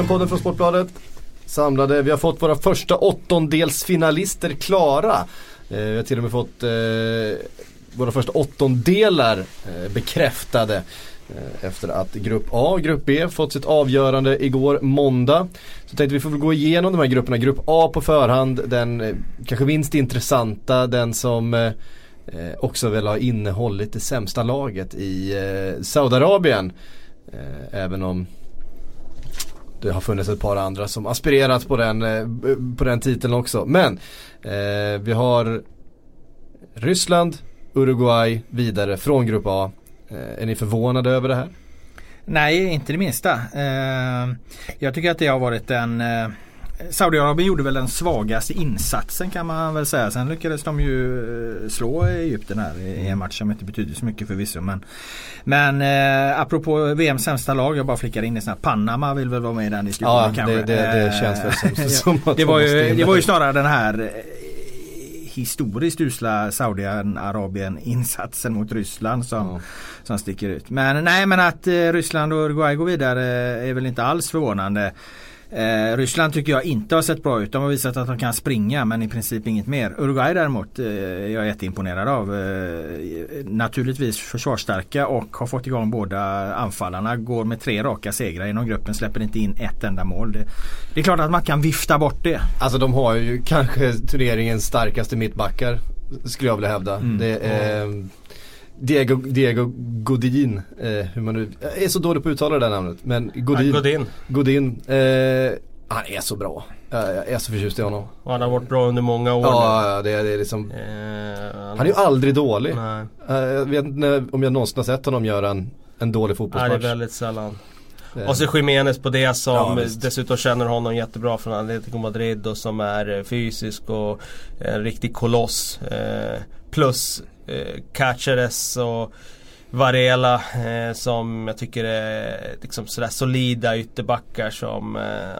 VM-podden från Sportbladet. Samlade. Vi har fått våra första åttondelsfinalister klara. Vi har till och med fått våra första åttondelar bekräftade efter att grupp A och grupp B fått sitt avgörande igår måndag. Så tänkte vi får väl gå igenom de här grupperna. Grupp A på förhand, den kanske minst intressanta, den som också väl har innehållit det sämsta laget i Saudiarabien. Även om det har funnits ett par andra som aspirerat på den titeln också. Men vi har Ryssland, Uruguay vidare från grupp A. Är ni förvånade över det här? Nej, inte det minsta. Jag tycker att det har varit Saudiarabien gjorde väl den svagaste insatsen kan man väl säga. Sen lyckades de ju slå Egypten här i en match som inte betyder så mycket förvisso. Men apropå VMs sämsta lag, jag bara flickar in i sån här, Panama vill väl vara med i den diskussionen kanske. Det känns väl som att det var ju snarare den här historiskt usla Saudiarabien-insatsen mot Ryssland som sticker ut. Men att Ryssland och Uruguay går vidare är väl inte alls förvånande. Ryssland tycker jag inte har sett bra ut. De har visat att de kan springa, men i princip inget mer. Uruguay däremot jag är jätteimponerad av. Naturligtvis försvarsstarka och har fått igång båda anfallarna. Går med 3 raka segrar inom gruppen, släpper inte in ett enda mål. Det är klart att man kan vifta bort det. Alltså de har ju kanske turneringens starkaste mittbackar, skulle jag vilja hävda. Det är Diego Godin, hur man nu är så dålig på att uttala det där namnet, men Godin, han är så bra. Jag är så förtjust i honom. Han har varit bra under många år. Ja, det är liksom han är ju aldrig dålig. Jag vet inte om jag någonsin har sett honom göra en dålig fotbollsmatch. Nej, det är väldigt sällan. Och så Jiménez på det som dessutom känner honom jättebra från Atletico Madrid och som är fysisk och en riktig koloss. Plus Cáceres och Varela som jag tycker är liksom sådär solida ytterbackar som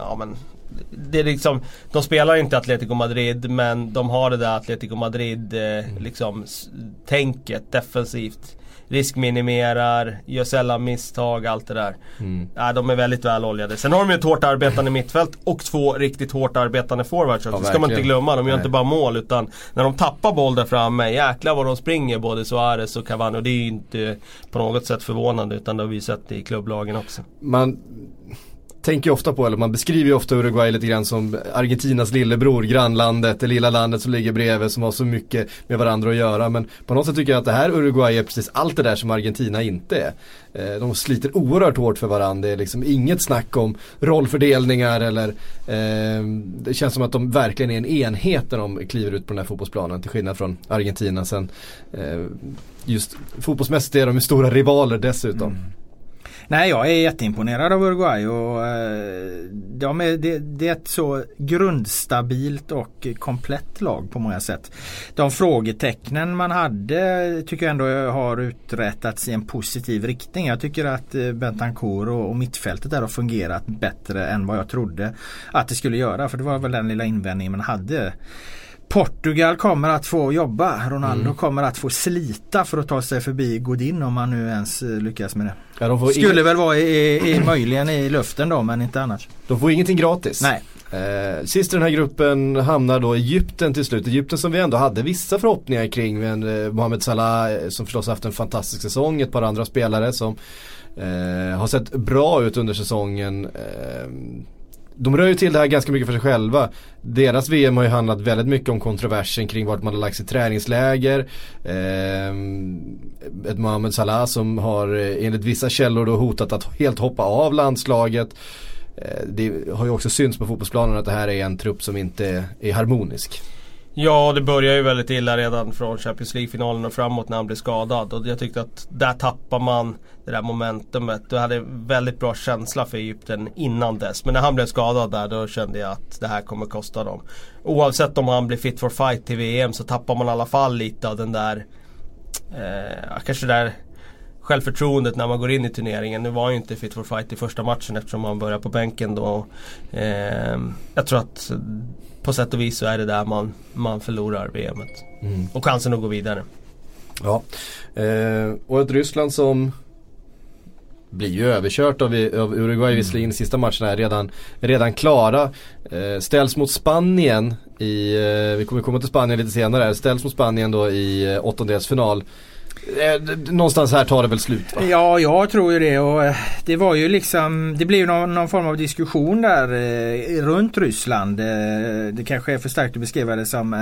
det är liksom, de spelar inte Atletico Madrid, men de har det där Atletico Madrid liksom tänket defensivt, riskminimerar, gör sällan misstag, allt det där. De är väldigt väloljade. Sen har de ju ett hårt arbetande mittfält och 2 riktigt hårt arbetande forwards. Det ska man inte glömma. De gör inte bara mål, utan när de tappar boll där framme, jäklar vad de springer, både Suarez och Cavani. Och det är ju inte på något sätt förvånande, utan det har vi sett i klubblagen också. Man tänker ofta på, eller man beskriver ju ofta Uruguay lite grann som Argentinas lillebror, grannlandet, det lilla landet som ligger bredvid, som har så mycket med varandra att göra. Men på något sätt tycker jag att det här Uruguay är precis allt det där som Argentina inte är. De sliter oerhört hårt för varandra. Det är liksom inget snack om rollfördelningar eller det känns som att de verkligen är en enhet när de kliver ut på den här fotbollsplanen, till skillnad från Argentina. Sen just fotbollsmässigt är de stora rivaler dessutom. Nej, jag är jätteimponerad av Uruguay och det är ett så grundstabilt och komplett lag på många sätt. De frågetecknen man hade tycker jag ändå har uträttats i en positiv riktning. Jag tycker att Bentancur och mittfältet där har fungerat bättre än vad jag trodde att det skulle göra, för det var väl den lilla invändningen man hade. Portugal kommer att få jobba. Ronaldo kommer att få slita för att ta sig förbi Godin, om man nu ens lyckas med det. Ja, skulle väl vara möjligen i luften då, men inte annars. De får ingenting gratis. Nej. Sist i den här gruppen hamnar då Egypten till slut. Egypten som vi ändå hade vissa förhoppningar kring, med Mohamed Salah som förstås haft en fantastisk säsong. Ett par andra spelare som har sett bra ut under säsongen. De rör ju till det här ganska mycket för sig själva. Deras VM har ju handlat väldigt mycket om kontroversen kring vart man har lagt sitt träningsläger. Ett Mohamed Salah som har enligt vissa källor då hotat att helt hoppa av landslaget. Det har ju också synts på fotbollsplanen att det här är en trupp som inte är harmonisk. Ja, det börjar ju väldigt illa redan från Champions League-finalen och framåt när han blev skadad. Och jag tyckte att där tappar man det där momentumet. Du hade väldigt bra känsla för Egypten innan dess. Men när han blev skadad där, då kände jag att det här kommer kosta dem. Oavsett om han blir fit for fight till VM, så tappar man i alla fall lite av den där kanske där självförtroendet när man går in i turneringen. Nu var ju inte fit for fight i första matchen eftersom han börjar på bänken då. Jag tror att på sätt och vis så är det där man förlorar VMet. Och chansen att gå vidare. Ja. Och ett Ryssland som blir ju överkört av Uruguay visserligen i sista matchen är redan klara. Ställs mot Spanien vi kommer komma till Spanien lite senare. Ställs mot Spanien då i åttondelsfinal. Någonstans här tar det väl slut, va? Ja, jag tror ju det, och det var ju liksom, det blev ju någon form av diskussion där runt Ryssland. Det kanske är för starkt att beskriva det som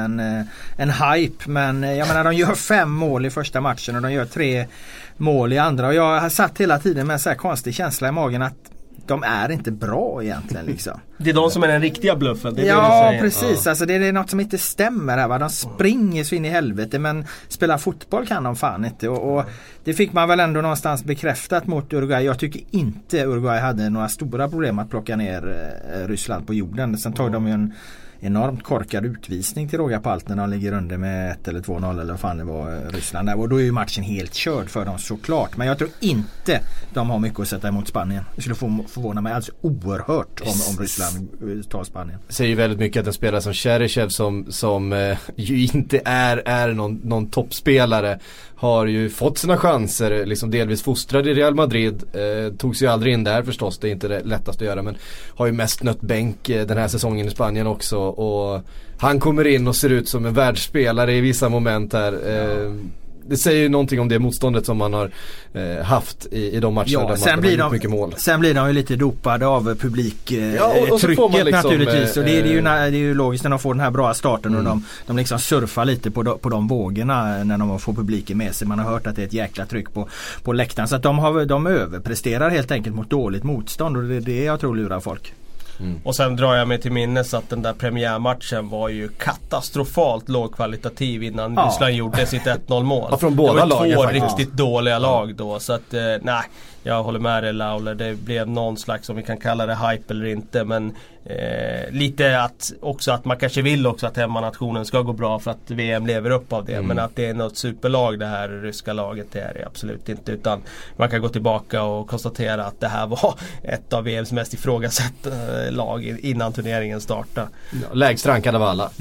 en hype, men jag menar, de gör 5 mål i första matchen och de gör 3 mål i andra, och jag har satt hela tiden med en så här konstig känsla i magen att de är inte bra egentligen liksom. Det är de som är den riktiga bluffen. Det är ja, det precis. Ja. Alltså, det är något som inte stämmer här, va? De springer så in i helvete, men spela fotboll kan de fan inte. Och det fick man väl ändå någonstans bekräftat mot Uruguay. Jag tycker inte Uruguay hade några stora problem att plocka ner Ryssland på jorden. Sen tog de ju en enormt korkad utvisning till råga på allt när de ligger under med 1 eller 2-0 eller vad fan det var, Ryssland där. Och då är ju matchen helt körd för dem såklart. Men jag tror inte de har mycket att sätta emot Spanien. Det skulle förvåna mig alltså oerhört om Ryssland tar Spanien. Det säger ju väldigt mycket att en spelare som Cheryshev som ju inte är någon toppspelare har ju fått sina chanser, liksom delvis fostrad i Real Madrid, tog sig ju aldrig in där förstås, det är inte det lättaste att göra, men har ju mest nött bänk den här säsongen i Spanien också, och han kommer in och ser ut som en världsspelare i vissa moment här. Det säger ju någonting om det motståndet som man har haft i de matcherna där man har gjort mycket mål. Sen blir de ju lite dopade av publiktrycket liksom, naturligtvis. Och det är ju logiskt när de får den här bra starten och de liksom surfar lite på de vågorna när de får publiken med sig. Man har hört att det är ett jäkla tryck på läktaren. Så att de överpresterar helt enkelt mot dåligt motstånd, och det är det jag tror lurar folk. Och sen drar jag mig till minnes att den där premiärmatchen var ju katastrofalt lågkvalitativ innan Ryssland gjorde sitt 1-0 mål. Ja, från båda det var lagen, två riktigt dåliga lag då, så att nej, jag håller med dig, Laule. Det blev någon slags, om vi kan kalla det hype eller inte, men lite att man kanske vill också att hemmanationen ska gå bra för att VM lever upp av det, men att det är något superlag det här ryska laget, det är det absolut inte, utan man kan gå tillbaka och konstatera att det här var ett av VMs mest ifrågasatta lag innan turneringen startade. Ja, lägst rankade av alla.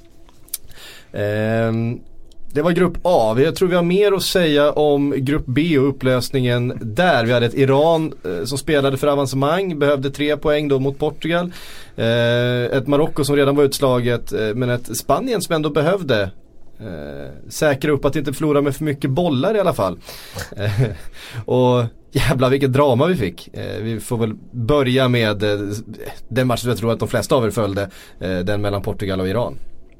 Det var grupp A. Jag tror vi har mer att säga om grupp B och upplösningen där. Vi hade ett Iran som spelade för avancemang, behövde 3 poäng då mot Portugal. Ett Marocko som redan var utslaget, men ett Spanien som ändå behövde säkra upp att inte förlora med för mycket bollar i alla fall. Och jävlar vilket drama vi fick. Vi får väl börja med den matchen jag tror att de flesta av er följde, den mellan Portugal och Iran.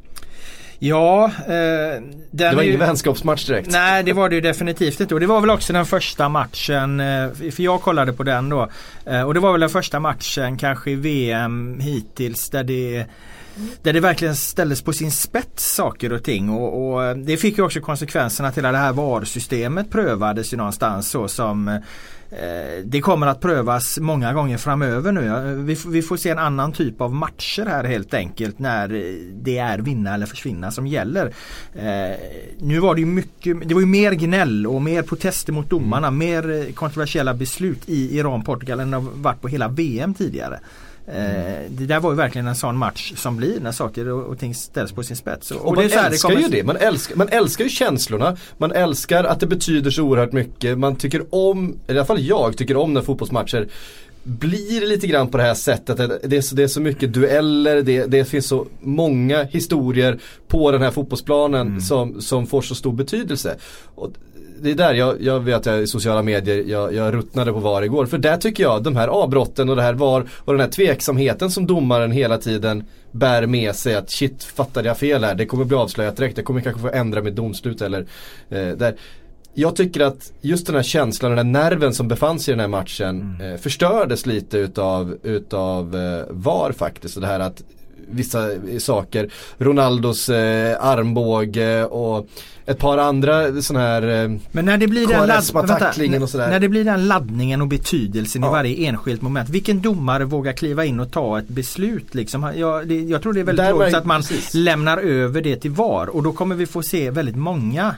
Ja, det var ingen vänskapsmatch direkt. Nej, det var det ju definitivt inte. Och det var väl också den första matchen, för jag kollade på den då. Och det var väl den första matchen kanske i VM hittills där det verkligen ställdes på sin spets saker och ting. Och det fick ju också konsekvenserna till att det här VAR-systemet prövades ju någonstans så som det kommer att prövas många gånger framöver nu. Vi får se en annan typ av matcher här helt enkelt när det är vinna eller försvinna som gäller. Nu var det ju mycket, det var ju mer gnäll och mer protester mot domarna, mer kontroversiella beslut i Iran-Portugal än det har varit på hela VM tidigare. Det där var ju verkligen en sån match som blir när saker och ting ställs på sin spets. Och man älskar ju det. Man älskar ju känslorna. Man älskar att det betyder så oerhört mycket. Man tycker om, i alla fall jag tycker om när fotbollsmatcher blir lite grann på det här sättet. Det är så mycket dueller, det finns så många historier på den här fotbollsplanen som får så stor betydelse. Och det är där jag vet att i sociala medier jag ruttnade på VAR igår. För där tycker jag de här avbrotten och det här VAR och den här tveksamheten som domaren hela tiden bär med sig, att shit, fattade jag fel här? Det kommer bli avslöjat direkt. Jag kommer kanske få ändra mitt domslut eller där. Jag tycker att just den här känslan och den här nerven som befann sig i den här matchen förstördes lite utav VAR faktiskt. Och det här att vissa saker, Ronaldos armbåge och ett par andra sån här men när det blir när det blir den laddningen och betydelsen i varje enskilt moment, vilken domare vågar kliva in och ta ett beslut liksom? Jag tror det är väldigt logiskt att man lämnar över det till VAR, och då kommer vi få se väldigt många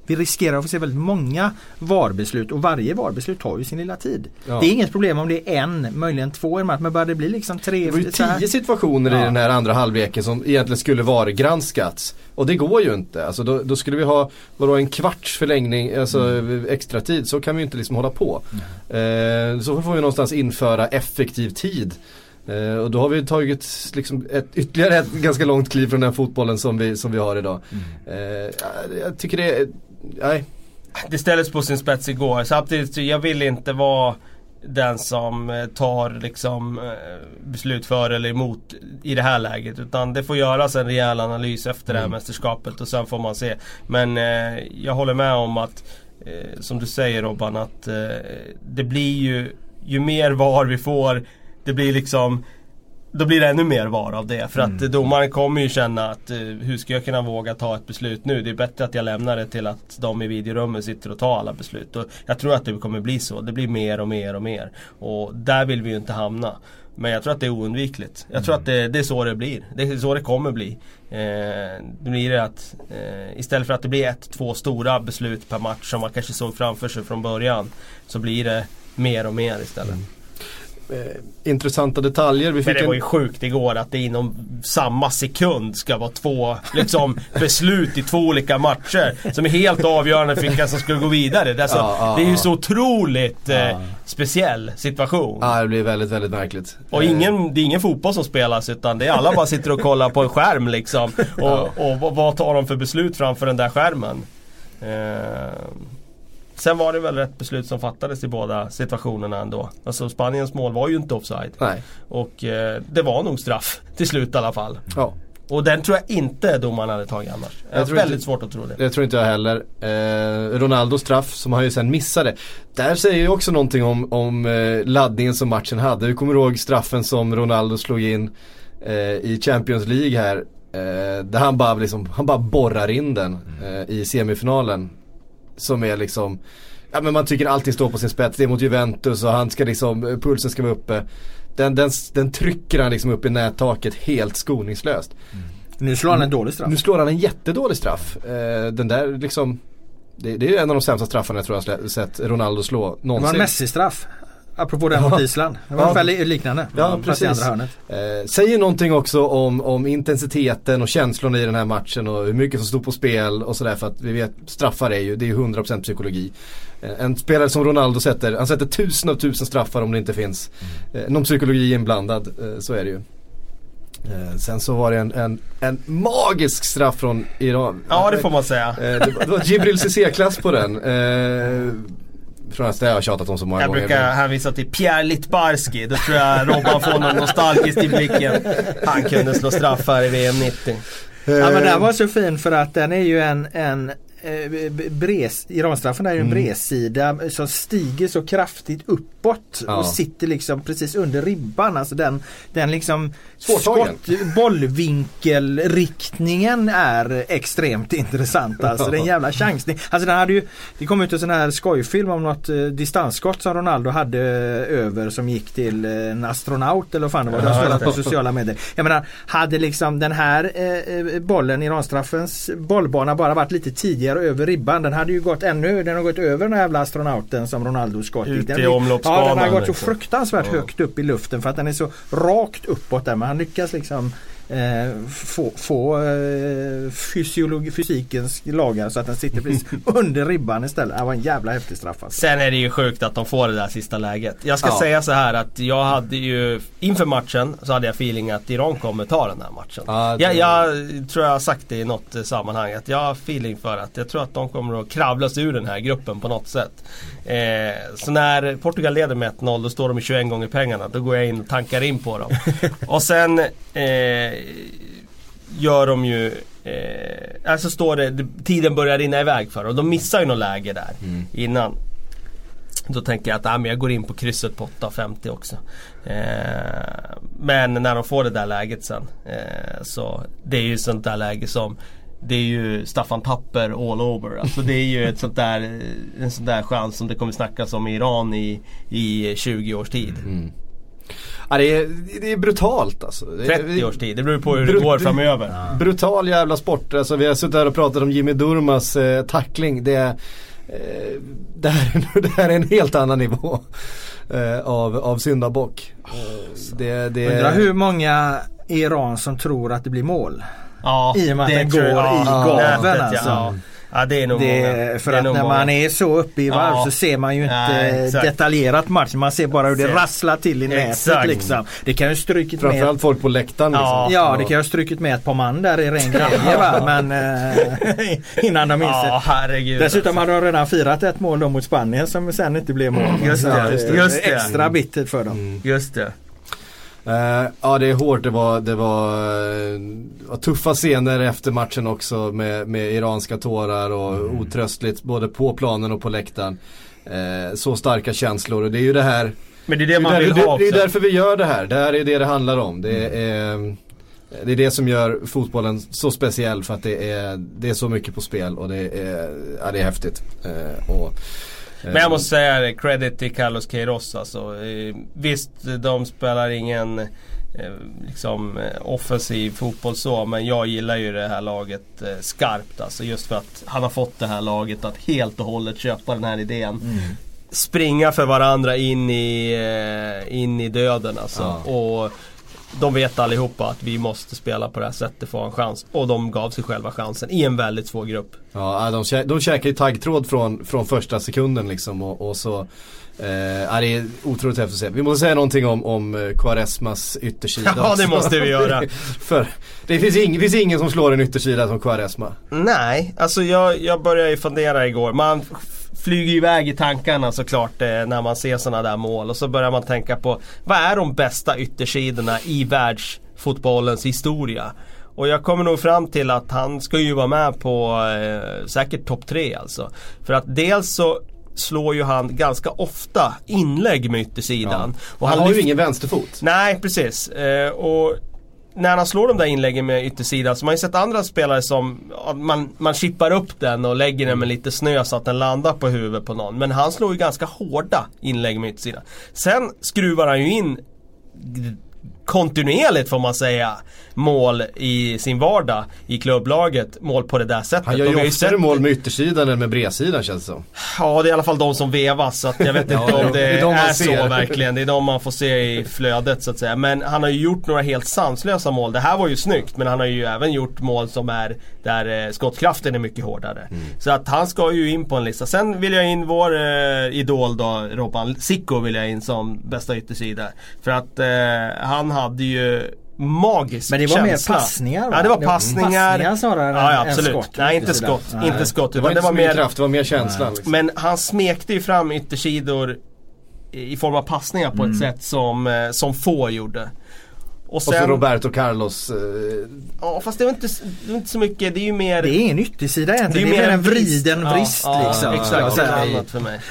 Vi riskerar att få se väldigt många VAR-beslut och varje VAR-beslut tar ju sin lilla tid. Ja. Det är inget problem om det är en, möjligen 2 i match, men bara det blir liksom 3. Det var ju 10 situationer i den här andra halvleken som egentligen skulle vara granskats. Och det går ju inte. Alltså då skulle vi ha en kvarts förlängning, alltså extra tid. Så kan vi ju inte liksom hålla på. Så får vi någonstans införa effektiv tid. Och då har vi tagit liksom ytterligare ett ganska långt kliv från den fotbollen som vi har idag. Jag tycker det ställdes på sin spets igår. Samtidigt, jag vill inte vara den som tar liksom beslut för eller emot i det här läget, utan det får göras en rejäl analys efter det här mästerskapet och sen får man se. Men jag håller med om att som du säger, Robban, att det blir ju mer VAR vi får, det blir liksom, då blir det ännu mer VAR av det. För att domaren kommer ju känna att hur ska jag kunna våga ta ett beslut nu? Det är bättre att jag lämnar det till att de i videorummet sitter och tar alla beslut. Och jag tror att det kommer bli så. Det blir mer och mer och mer. Och där vill vi ju inte hamna. Men jag tror att det är oundvikligt. Jag tror att det är så det blir. Det är så det kommer bli. Det blir det att istället för att det blir 1-2 stora beslut per match som man kanske såg framför sig från början, så blir det mer och mer istället. Intressanta detaljer. Men det var ju sjukt igår att det inom samma sekund ska vara 2 liksom, beslut i 2 olika matcher som är helt avgörande för vilka som skulle gå vidare. Det är ju så otroligt speciell situation. Ja, det blir väldigt, väldigt märkligt. Och det är ingen fotboll som spelas, utan det är alla bara sitter och kollar på en skärm liksom. Och vad tar de för beslut framför den där skärmen? Sen var det väl rätt beslut som fattades i båda situationerna ändå. Alltså Spaniens mål var ju inte offside. Nej. Och det var nog straff till slut i alla fall. Ja. Och den tror jag inte domaren hade tagit annars. Jag tror väldigt svårt att tro det. Det tror inte jag heller. Ronaldos straff som han ju sen missade. Där säger ju också någonting om laddningen som matchen hade. Vi kommer ihåg straffen som Ronaldo slog in i Champions League här. Där han bara borrar in den i semifinalen. Som är liksom, ja, men man tycker allting står på sin spets. Det är mot Juventus och han ska liksom, pulsen ska vara uppe. Den trycker han liksom upp i nättaket helt skoningslöst. Nu slår han en dålig straff. Nu slår han en jättedålig straff. Den där liksom, det är en av de sämsta straffarna jag tror jag har sett Ronaldo slå någonsin. Det var en Messi-straff. Apropå den mot Island. Det var ungefär liknande. Ja, precis. Andra hörnet. Säger någonting också om intensiteten och känslorna i den här matchen och hur mycket som stod på spel och sådär, för att vi vet, straffar det är ju 100% psykologi. En spelare som Ronaldo sätter 1000 av 1000 straffar om det inte finns någon psykologi inblandad, så är det ju. Sen så var det en magisk straff från Iran. Ja, det får man säga. Det var Jibril Cissé-klass på den. Från att jag har tjatat om så många gånger. Jag brukar hänvisa till Pierre Littbarski. Då tror jag Robban får någon nostalgiskt i blicken. Han kunde slå straffar i VM 90. Ja, men den var så fin för att den är ju en Iranstraffen är ju en bredsida som stiger så kraftigt uppåt och sitter liksom precis under ribban. Alltså den liksom bollvinkelriktningen är extremt intressant. Alltså det är en jävla chans. Alltså det kom ut en sån här skojfilm om något distansskott som Ronaldo hade över som gick till en astronaut eller vad fan det var. Det har spelat på sociala medier. Jag menar, hade liksom den här bollen, Iranstraffens bollbana, bara varit lite tidigare över ribban, den hade ju gått den har gått över den här jävla astronauten som Ronaldo skott ut i omloppsbanan. Ja, den har gått så fruktansvärt högt upp i luften för att den är så rakt uppåt där, men han lyckas liksom få fysikens lagar så att den sitter precis under ribban istället. Det var en jävla häftig straff alltså. Sen är det ju sjukt att de får det där sista läget. Jag ska säga så här att jag hade ju inför matchen så hade jag feeling att Iran kommer ta den här matchen. Jag tror jag har sagt det i något sammanhang att jag har feeling för att jag tror att de kommer att kravlas ur den här gruppen på något sätt. Så när Portugal leder med 1-0 då står de i 21 gånger pengarna. Då går jag in och tankar in på dem. Och sen gör de ju alltså står det tiden börjar rinna iväg för och de missar ju något läge där innan. Då tänker jag att men jag går in på krysset på 8,50 också. Men när de får det där läget sen så det är ju sånt där läge som det är ju Staffan Tapper all over. Alltså det är ju en sån där chans som det kommer snackas om i Iran i 20 års tid. Ja, det är brutalt alltså. 30 års tid, det beror på hur det går framöver. Brutal jävla sport. Alltså, vi har suttit här och pratat om Jimmy Durmaz tackling. Det här är en helt annan nivå av syndabock. Undrar hur många i Iran som tror att det blir mål. Ja, i och med att den går i gaven alltså. Ja, det är nog många. För att när man är så uppe i varv så ser man ju inte detaljerat matchen. Man ser bara hur det rasslar till i nätet liksom. Det kan ju strukit med. Framförallt folk på läktaren liksom. Ja, det kan ju strukit med ett par man där i ren glädje va. Men innan de inser. Herregud. Dessutom hade de redan firat ett mål då mot Spanien som sen inte blev mål. Just det. Extra bittert för dem. Just det. Ja, det är hårt. Det var tuffa scener efter matchen också med iranska tårar och otröstligt både på planen och på läktaren. Så starka känslor, och det är ju det här. Men det är det man vill ha också. Det är därför vi gör det här. Det här är det handlar om. Det är det som gör fotbollen så speciell, för att det är så mycket på spel, och det är häftigt. Men jag måste säga credit till Carlos Queiroz alltså. Visst, de spelar ingen offensiv fotboll så, men jag gillar ju det här laget skarpt alltså, just för att han har fått det här laget att helt och hållet köpa den här idén. Springa för varandra in i döden alltså. Och de vet allihopa att vi måste spela på det här sättet för att ha en chans. Och de gav sig själva chansen i en väldigt svår grupp. Ja, de käkar ju taggtråd från första sekunden liksom. Och så det är otroligt häftigt att se. Vi måste säga någonting om Quaresmas yttersida. Ja, det måste vi göra. För det finns ingen som slår en yttersida som Quaresma. Nej, alltså jag började ju fundera igår. Man flyger iväg i tankarna såklart när man ser sådana där mål, och så börjar man tänka på vad är de bästa yttersidorna i världsfotbollens historia. Och jag kommer nog fram till att han ska ju vara med på säkert topp 3 alltså. För att dels så slår ju han ganska ofta inlägg med yttersidan. Ja. Och han har ju ingen vänsterfot. Nej, precis. Och när han slår de där inläggen med yttersidan, så man har ju sett andra spelare som man chippar upp den och lägger den med lite snö så att den landar på huvudet på någon. Men han slår ju ganska hårda inlägg med yttersidan. Sen skruvar han ju in kontinuerligt, får man säga, mål i sin vardag i klubblaget, mål på det där sättet. Han gör ju oftare mål med yttersidan än med bredsidan, känns det som. Ja, det är i alla fall de som vevas, så att jag vet inte om det är så verkligen. Det är de man får se i flödet så att säga. Men han har ju gjort några helt sanslösa mål. Det här var ju snyggt, men han har ju även gjort mål som är där skottkraften är mycket hårdare. Så att han ska ju in på en lista. Sen vill jag in vår idol då, Robban Zico vill jag in som bästa yttersida. För att han hade ju magisk känsla. Men det var mer passningar va? Ja, det var passningar snarare ja, absolut. Skott. Nej, inte skott. Nej. Inte skott. Det var inte så mycket kraft, det var mer känsla. Liksom. Men han smekte ju fram yttersidor i form av passningar på ett sätt som få gjorde. Och så Roberto Carlos. Ja, fast det var inte så mycket. Det är ju mer. Det är ingen yttersida egentligen. Det är mer en vriden vrist liksom. Exakt. Det är annat för mig.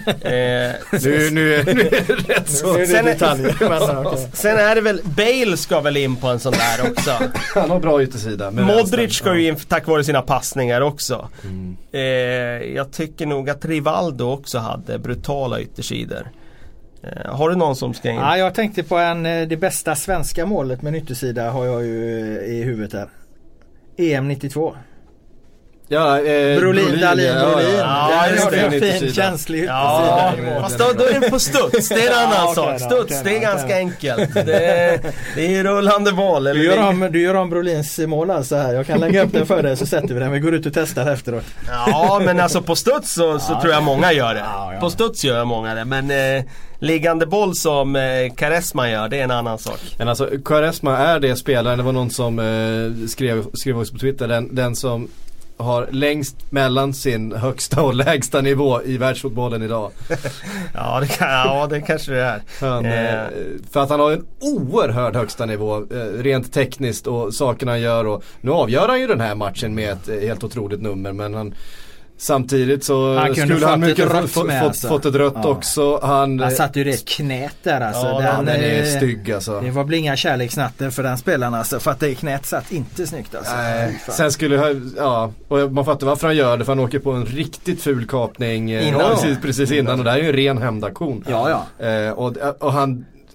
Nu är det rätt så. Sen är det väl Bale ska väl in på en sån där också. Han har bra yttersida. Modric ska ju in tack vare sina passningar också. Jag tycker nog att Rivaldo också hade brutala yttersidor. Har du någon som ska in? Ja, jag tänkte på det bästa svenska målet med en yttersida har jag ju i huvudet här. EM 92. Ja, Brolin, Dahlin. Ja, det är en fin känslig yttersida. Fast då är det på studs. Det är en annan sak. Studs, det är ganska enkelt. Det är rullande boll. Du gör om Brolins mål alltså här. Jag kan lägga upp den för dig så sätter vi den. Vi går ut och testar efteråt. Ja, men alltså på studs så tror jag många gör det. På studs gör många det. Men liggande boll som Quaresma gör, det är en annan sak. Men alltså Quaresma är det spelaren. Det var någon som skrev också på Twitter. Den som har längst mellan sin högsta och lägsta nivå i världsfotbollen idag. Ja, det kanske det är. För att han har en oerhörd högsta nivå rent tekniskt och sakerna han gör. Och nu avgör han ju den här matchen med ett helt otroligt nummer, men han samtidigt så skulle han mycket fått ett rött också. Han satt ju det knät där alltså. Den är stygg alltså. Det var väl inga kärleksnatter för den spelaren alltså, för att det knät satt inte snyggt alltså. Sen skulle och man fattar varför han gör det, för han åker på en riktigt ful kapning precis innan, och det är ju en ren hämndaktion. Ja. Och han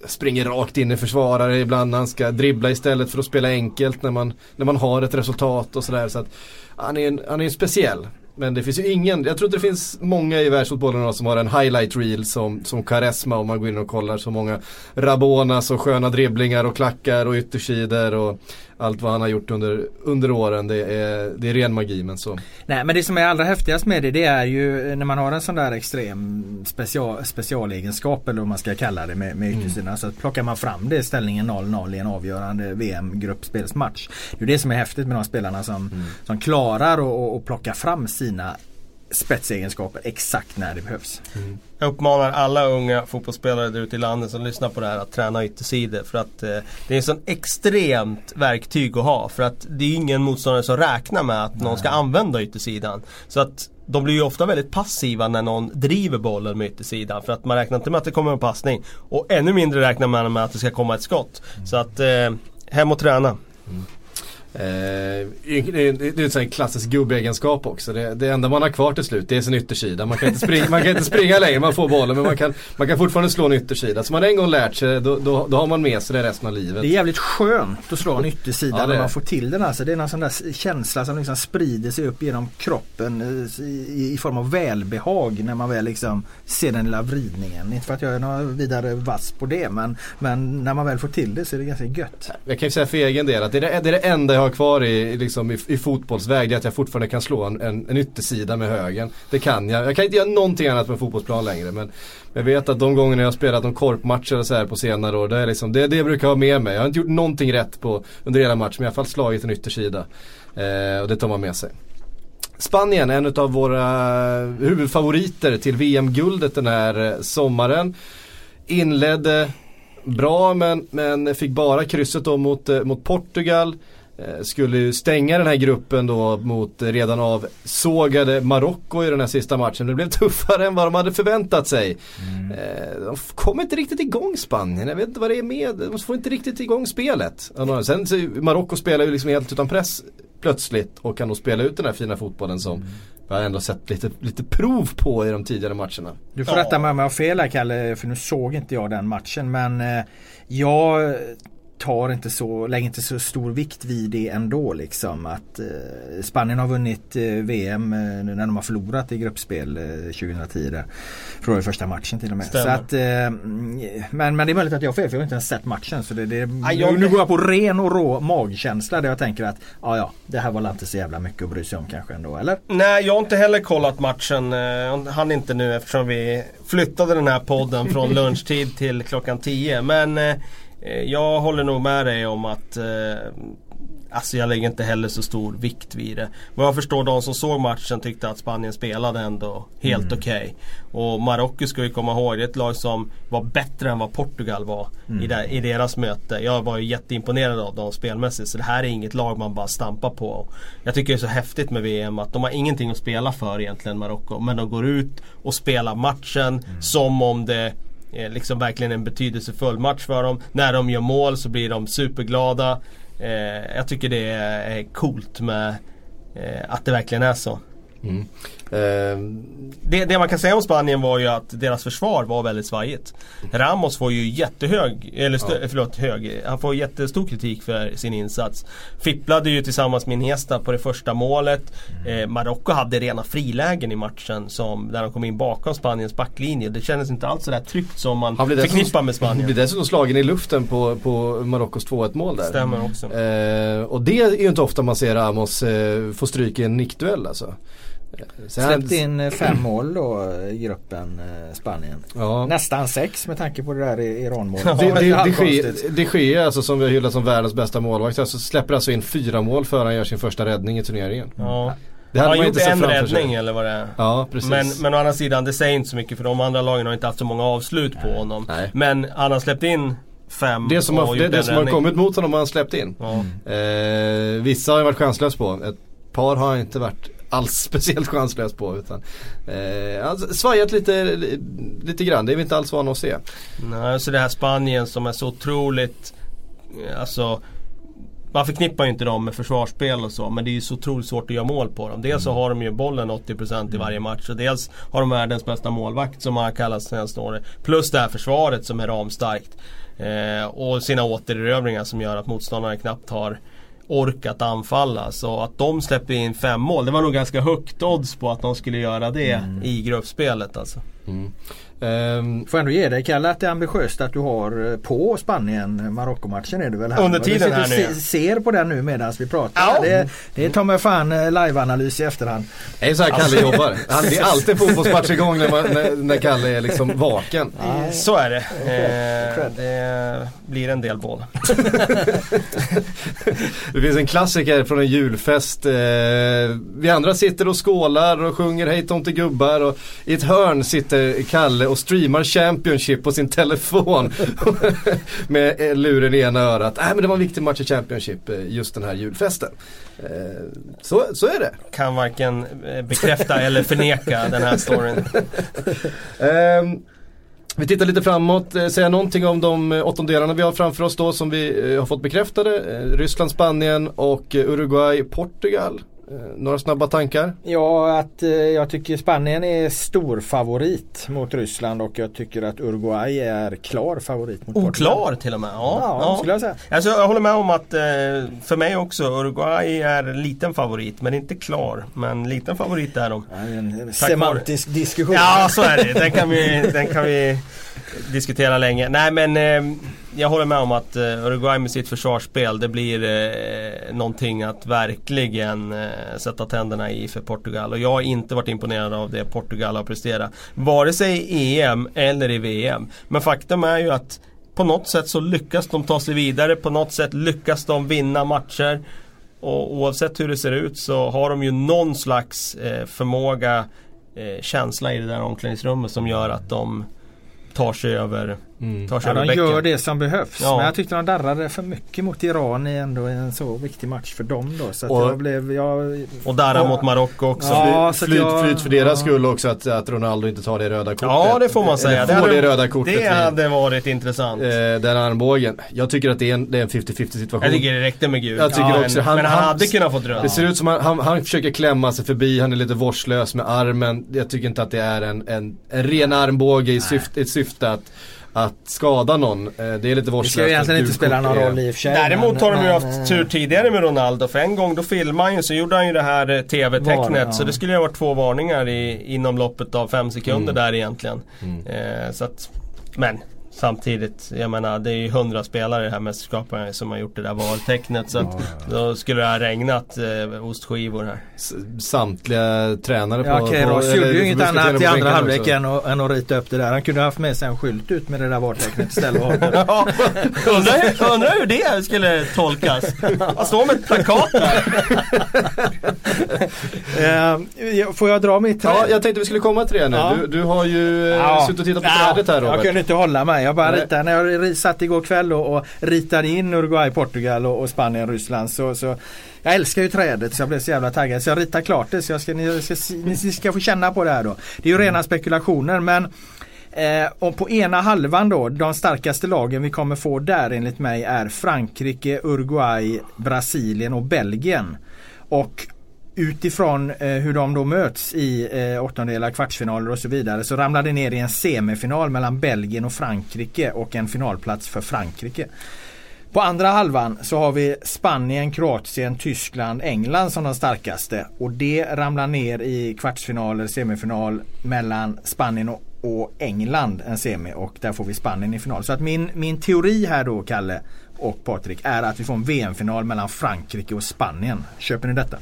springer rakt in i försvarare ibland, han ska dribbla istället för att spela enkelt när man har ett resultat och sådär, så att han är speciell. Men det finns ju ingen, jag tror inte det finns många i världsfotbollen som har en highlight reel som Quaresma, om man går in och kollar så många Rabonas och sköna dribblingar och klackar och yttersidor och allt vad han har gjort under åren. Det är ren magi, men så. Nej, men det som är allra häftigast med det är ju när man har en sån där extrem specialegenskap, eller vad man ska kalla det, med yttersidan, så att plockar man fram det, ställningen 0-0 i en avgörande VM-gruppspelsmatch. Det är det som är häftigt med de spelarna som klarar att plocka fram sina spetsegenskaper exakt när det behövs. Jag uppmanar alla unga fotbollsspelare där ute i landet som lyssnar på det här att träna yttersidor, för att det är en sån extremt verktyg att ha, för att det är ingen motståndare som räknar med att någon ska använda yttersidan, så att de blir ju ofta väldigt passiva när någon driver bollen med yttersidan, för att man räknar inte med att det kommer en passning, och ännu mindre räknar man med att det ska komma ett skott. Så att hem och träna. Det är en sån klassisk gubbegenskap också. Det enda man har kvar till slut, det är sin yttersida. Man kan inte springa längre, man får bollen, men man kan fortfarande slå en yttersida. Så man har en gång lärt sig, då har man med sig det resten av livet. Det är jävligt skönt att slå en yttersida när man får till den. Alltså, det är någon sån där känsla som liksom sprider sig upp genom kroppen i form av välbehag när man väl liksom ser den lilla vridningen. Inte för att jag är någon vidare vass på det, men när man väl får till det så är det ganska gött. Jag kan ju säga för egen del att det är det enda jag har kvar i fotbollsväg, det är att jag fortfarande kan slå en yttersida med högen. Det kan jag. Jag kan inte göra någonting annat med fotbollsplan längre, men jag vet att de gånger jag har spelat de korpmatcher och så här på senare år, det är liksom det brukar jag ha med mig. Jag har inte gjort någonting rätt under hela matchen, men jag har i alla fall slagit en yttersida. Och det tar man med sig. Spanien, en av våra huvudfavoriter till VM-guldet den här sommaren, inledde bra, men fick bara krysset då mot Portugal. Skulle ju stänga den här gruppen då mot redan avsågade Marocko i den här sista matchen. Det blev tuffare än vad de hade förväntat sig. De kom inte riktigt igång, Spanien. Jag vet inte vad det är med. De får inte riktigt igång spelet. Sen Marocko spelar ju liksom helt utan press plötsligt och kan då spela ut den här fina fotbollen som jag har ändå sett lite prov på i de tidigare matcherna. Du får rätta mig om jag har fel här, Kalle, för nu såg inte jag den matchen, men jag lägger inte så stor vikt vid det ändå, liksom att Spanien har vunnit VM när de har förlorat i gruppspel 2010 där. Förlorade första matchen till och med. Så att, men det är möjligt att jag har fel, för jag har inte ens sett matchen, så nu går jag på ren och rå magkänsla där jag tänker att det här var inte så jävla mycket att bry sig om kanske ändå, eller? Nej, jag har inte heller kollat matchen. Han inte nu, eftersom vi flyttade den här podden från lunchtid till klockan 10, men jag håller nog med dig om att alltså jag lägger inte heller så stor vikt vid det. Vad jag förstår, de som såg matchen tyckte att Spanien spelade ändå helt okej. Och Marocko ska vi komma ihåg, det är ett lag som var bättre än vad Portugal var i deras möte. Jag var ju jätteimponerad av dem spelmässigt, så det här är inget lag man bara stampar på. Jag tycker det är så häftigt med VM att de har ingenting att spela för egentligen, Marocko, men de går ut och spelar matchen som om det liksom verkligen en betydelsefull match för dem. När de gör mål så blir de superglada. Jag tycker det är coolt med att det verkligen är så. Det man kan säga om Spanien var ju att deras försvar var väldigt svajigt. Ramos får ju han får jättestor kritik för sin insats. Fipplade ju tillsammans med Iniesta på det första målet. Marocko hade rena frilägen i matchen där de kom in bakom Spaniens backlinje. Det kändes inte alls så där tryggt som man förknippar med Spanien. Han blir dessutom slagen i luften på Marockos 2-1 mål där. Stämmer också. Och det är ju inte ofta man ser Ramos få stryk i en nickduell alltså. Släppte in 5 mål då i gruppen Spanien. Nästan 6 med tanke på det där Iran-målet. Det sker alltså, som vi har hyllat som världens bästa målvakt, alltså släpper alltså in 4 mål för han gör sin första räddning i turneringen. Det hade man inte sett en räddning eller vad det är. Ja, precis. Men å andra sidan, det säger inte så mycket, för de andra lagen har inte haft så många avslut på honom. Nej. Men han har släppt in 5. Det som har kommit mot honom har han släppt in. Vissa har varit chanslös på. Ett par har inte varit alls speciellt chanslös på, utan alltså, svajat lite grann. Det är vi inte alls vana att se. Nej, så det här Spanien som är så otroligt, alltså man förknippar ju inte dem med försvarsspel och så, men det är ju så otroligt svårt att göra mål på dem. Dels så har de ju bollen 80% i varje match, och dels har de världens bästa målvakt som har kallats senaste året, plus det här försvaret som är ramstarkt, och sina återerövringar som gör att motståndarna knappt har orkat anfalla. Så att de släpper in 5 mål, det var nog ganska högt odds på att de skulle göra det i gruppspelet alltså. Får ändå ge dig, Kalle, att det är ambitiöst att du har på Spanien Marocko-matchen är det väl här. Under tiden här nu. Ser på den nu medan vi pratar. Ja. Det tar mig fan live-analys i efterhand. Det är så här Kalle jobbar. Det är alltid fotbollsmatch igång när Kalle är liksom vaken. Så är det. Det blir en del boll. Det finns en klassiker från en julfest. Vi andra sitter och skålar och sjunger hej tom till gubbar, och i ett hörn sitter Kalle och streamar Championship på sin telefon med luren i ena örat. Men det var en viktig match i Championship just den här julfesten. Så är det. Kan varken bekräfta eller förneka den här storyn. Vi tittar lite framåt, säga någonting om de åttondelarna vi har framför oss då, som vi har fått bekräftade. Ryssland, Spanien och Uruguay, Portugal. Några snabba tankar? Ja, att jag tycker Spanien är stor favorit mot Ryssland, och jag tycker att Uruguay är klar favorit mot Portugal. Oklar till och med? Ja. Skulle jag säga. Alltså, jag håller med om att för mig också Uruguay är liten favorit, men inte klar. Men liten favorit är de. En semantisk diskussion. Ja, så är det. Den kan vi diskutera länge. Nej, men jag håller med om att Uruguay med sitt försvarsspel, det blir någonting att verkligen sätta tänderna i för Portugal. Och jag har inte varit imponerad av det Portugal har presterat, vare sig i EM eller i VM. Men faktum är ju att på något sätt så lyckas de ta sig vidare, på något sätt lyckas de vinna matcher. Och oavsett hur det ser ut så har de ju någon slags förmåga, känsla i det där omklädningsrummet som gör att de tar sig över de gör det som behövs. Men jag tyckte de darrade för mycket mot Iran i en så viktig match för dem då. Så att och darra mot Marocko också. Ja, flyt för deras skull också att Ronaldo inte tar det röda kortet. Ja, det får man säga. Det hade varit intressant. Den armbågen. Jag tycker att det är en 50-50 situation. Jag tycker det räckte med Gud. Jag tycker också, men han hade kunnat få röda. Det ser ut som han försöker klämma sig förbi. Han är lite vårdslös med armen. Jag tycker inte att det är en ren armbåge i syfte att skada någon. Det är lite vårdslöst. Det ska ju egentligen inte spela någon roll i och för sig. Däremot har de ju haft tur tidigare med Ronaldo. För en gång då filmade han ju, så gjorde han ju det här tv-tecknet. Så det skulle ju ha varit 2 varningar inom loppet av 5 sekunder där egentligen. Så att, men samtidigt, jag menar, det är ju 100 spelare i det här mästerskapet som har gjort det där valtecknet, så att då skulle det ha regnat ostskivor här. Samtliga tränare på... Ja, okej, Ross gjorde ju inget annat i andra halvlek än att rita upp det där. Han kunde ha haft med sig en skylt ut med det där valtecknet istället. Ja, undrar hur det skulle tolkas. Han står med ett plakat där. Får jag dra mitt träd? Ja, jag tänkte vi skulle komma till det nu. Ja. Du har ju suttit och tittat på trädet här, Robert. Jag kunde inte hålla mig. Jag bara ritade. När jag satt igår kväll och ritade in Uruguay, Portugal och Spanien, Ryssland, så jag älskar ju trädet, så jag blev så jävla taggad. Så jag ritar klart det, så ni ska få känna på det här då. Det är ju rena spekulationer, men och på ena halvan då, de starkaste lagen vi kommer få där enligt mig är Frankrike, Uruguay, Brasilien och Belgien. Och utifrån hur de då möts i åttondelar, kvartsfinaler och så vidare, så ramlar det ner i en semifinal mellan Belgien och Frankrike och en finalplats för Frankrike. På andra halvan så har vi Spanien, Kroatien, Tyskland, England som de starkaste, och det ramlar ner i kvartsfinaler, semifinal mellan Spanien och England, en semi, och där får vi Spanien i final. Så att min teori här då, Kalle och Patrik, är att vi får en VM-final mellan Frankrike och Spanien. Köper ni detta?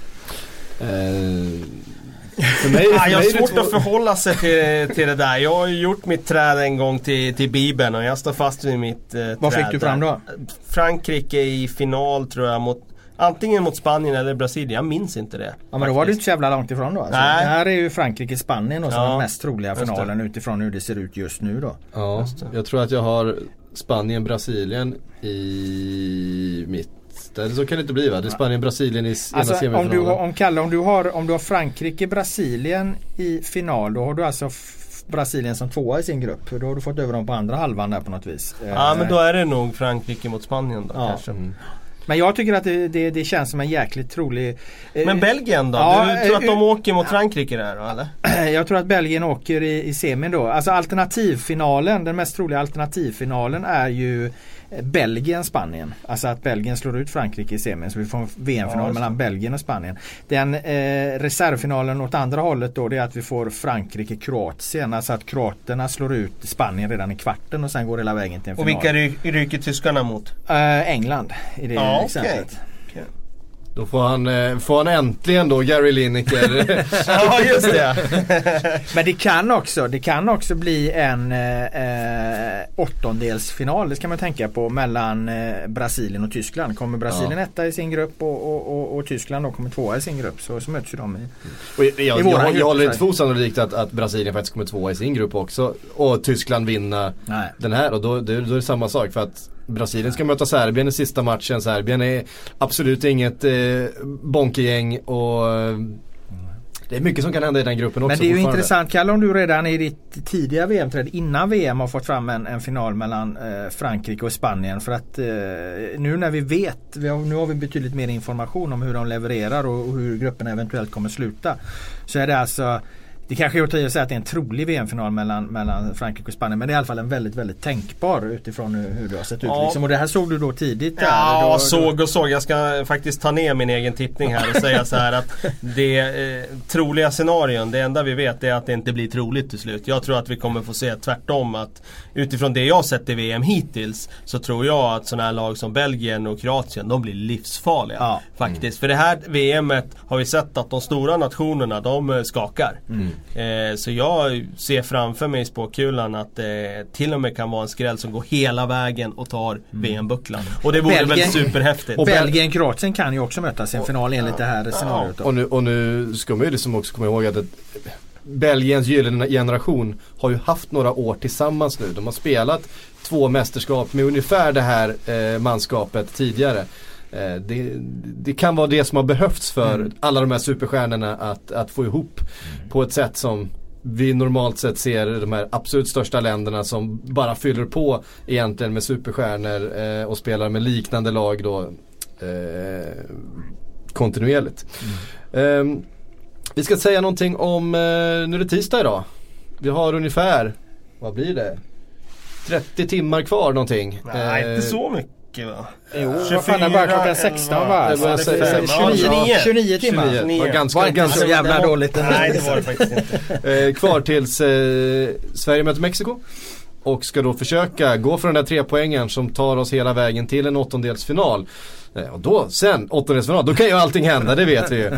För mig jag har svårt att förhålla sig till det där. Jag har gjort mitt träd en gång till Bibeln, och jag står fast vid mitt träd. Vad fick du fram då? Frankrike i final, tror jag, antingen mot Spanien eller Brasilien. Jag minns inte det. Ja, men då var du inte så jävla långt ifrån då. Alltså. Det här är ju Frankrike-Spanien och den mest troliga finalen utifrån hur det ser ut just nu då. Ja, jag tror att jag har Spanien-Brasilien i mitt. Så kan det inte bli, va? Det är Spanien-Brasilien i ena semifinalen. Om du har Frankrike-Brasilien i final, då har du alltså Brasilien som tvåa i sin grupp. Då har du fått över dem på andra halvan där på något vis. Ja, men då är det nog Frankrike mot Spanien då, kanske. Men jag tycker att det känns som en jäkligt trolig... Men Belgien då? Ja, du tror att de åker mot Frankrike där då, eller? Jag tror att Belgien åker i semin då. Alltså alternativfinalen, den mest troliga alternativfinalen är ju Belgien-Spanien. Alltså att Belgien slår ut Frankrike i semin, så vi får en VM-final mellan Belgien och Spanien. Den reservfinalen åt andra hållet då, det är att vi får Frankrike-Kroatien. Alltså att kroaterna slår ut Spanien redan i kvarten och sen går hela vägen till en final. Och vilka ryker tyskarna mot? England i det exemplet. Okay. Då får han äntligen då Gary Lineker. Ja, just det. Men det kan också bli en åttondelsfinal. Det ska man tänka på, mellan Brasilien och Tyskland. Kommer Brasilien etta i sin grupp och Tyskland då kommer tvåa i sin grupp, så möts ju de jag håller inte för osannolikt att Brasilien faktiskt kommer tvåa i sin grupp också och Tyskland vinna den här, och då är det samma sak, för att Brasilien ska möta Serbien i sista matchen. Serbien är absolut inget bonkegäng, och det är mycket som kan hända i den gruppen också. Men det är ju intressant, Kalle, om du redan i ditt tidiga VM-träd innan VM har fått fram en final mellan Frankrike och Spanien, för att nu när vi vet, nu har vi betydligt mer information om hur de levererar och hur grupperna eventuellt kommer sluta, så är det alltså, det kanske är att säga att det är en trolig VM-final mellan Frankrike och Spanien, men det är i alla fall en väldigt, väldigt tänkbar utifrån hur det har sett ut. Liksom. Och det här såg du då tidigt? Ja, såg. Jag ska faktiskt ta ner min egen tippning här och säga så här att det troliga scenarion, det enda vi vet är att det inte blir troligt till slut. Jag tror att vi kommer få se tvärtom, att utifrån det jag sett i VM hittills, så tror jag att sådana här lag som Belgien och Kroatien, de blir livsfarliga faktiskt. För det här VMet har vi sett att de stora nationerna, de skakar. Så jag ser framför mig i spåkulan att det till och med kan vara en skräll som går hela vägen och tar VM-bucklan. Och det vore väl superhäftigt. Och Belgien-Kroatien kan ju också mötas i en final enligt det här scenariot. Och nu ska man ju liksom också komma ihåg att Belgiens gyllene generation har ju haft några år tillsammans nu. De har spelat 2 mästerskap med ungefär det här manskapet tidigare. Det kan vara det som har behövts för alla de här superstjärnorna att få ihop på ett sätt som vi normalt sett ser de här absolut största länderna som bara fyller på egentligen med superstjärnor och spelar med liknande lag då kontinuerligt. Vi ska säga någonting om, nu är det tisdag idag. Vi har ungefär, vad blir det? 30 timmar kvar någonting. Nej, inte så mycket. Jo, 24, bara klockan 16 va? 29 timmar. 29. Ganska så jävla dåligt. Nej, det var det faktiskt inte. Kvar tills Sverige möter Mexiko. Och ska då försöka gå för den där 3 poängen som tar oss hela vägen till en åttondelsfinal. Och då, sen åttondelsfinal, då kan ju allting hända, det vet vi ju.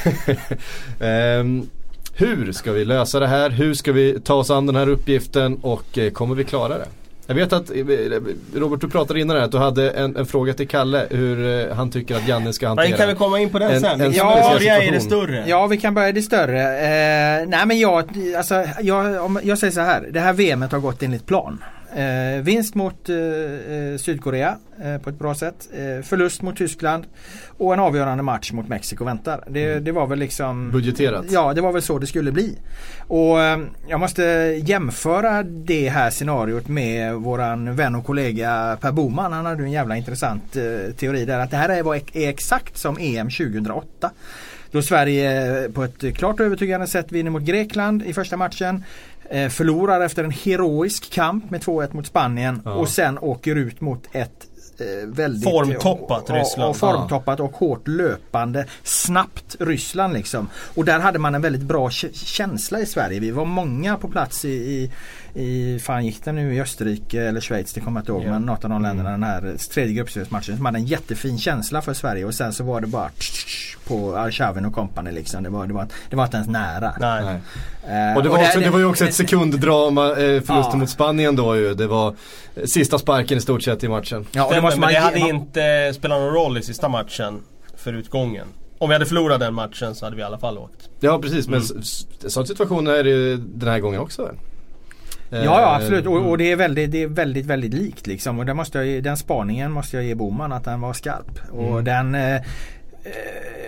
Hur ska vi lösa det här? Hur ska vi ta oss an den här uppgiften? Och kommer vi klara det? Jag vet att Robert, du pratade innan här att du hade en fråga till Kalle hur han tycker att Janne ska hantera. Kan vi komma in på den sen? Vi kan börja i det större. Ja, vi kan börja i det större. Nej, men jag säger så här. Det här VMet har gått enligt plan. Vinst mot Sydkorea på ett bra sätt. Förlust mot Tyskland. Och en avgörande match mot Mexiko väntar. Det var väl liksom budgeterat. Ja, det var väl så det skulle bli. Och jag måste jämföra det här scenariot med våran vän och kollega Per Boman. Han hade en jävla intressant teori där. Att det här är exakt som EM 2008. Då Sverige på ett klart övertygande sätt vinner mot Grekland i första matchen. Förlorar efter en heroisk kamp med 2-1 mot Spanien. Och sen åker ut mot ett väldigt formtoppat Ryssland. Och formtoppat och hårt löpande snabbt Ryssland liksom. Och där hade man en väldigt bra känsla i Sverige. Vi var många på plats i fan gick det nu i Österrike eller Schweiz, det kommer jag inte ihåg, men något av de länderna, den här tredje gruppspelsmatchen som hade en jättefin känsla för Sverige, och sen så var det bara på Arshavin och company liksom. Det var inte ens nära. Nej. Och det var ju också ett sekunddrama, förlusten mot Spanien då ju. Det var sista sparken i stort sett i matchen. Ja, och det hade inte spelat någon roll i sista matchen för utgången. Om vi hade förlorat den matchen så hade vi i alla fall åkt. Ja, precis, men sån situation är det den här gången också. Ja, absolut. Och det är väldigt, väldigt likt liksom. Och den spaningen måste jag ge Boman att den var skarp. Och den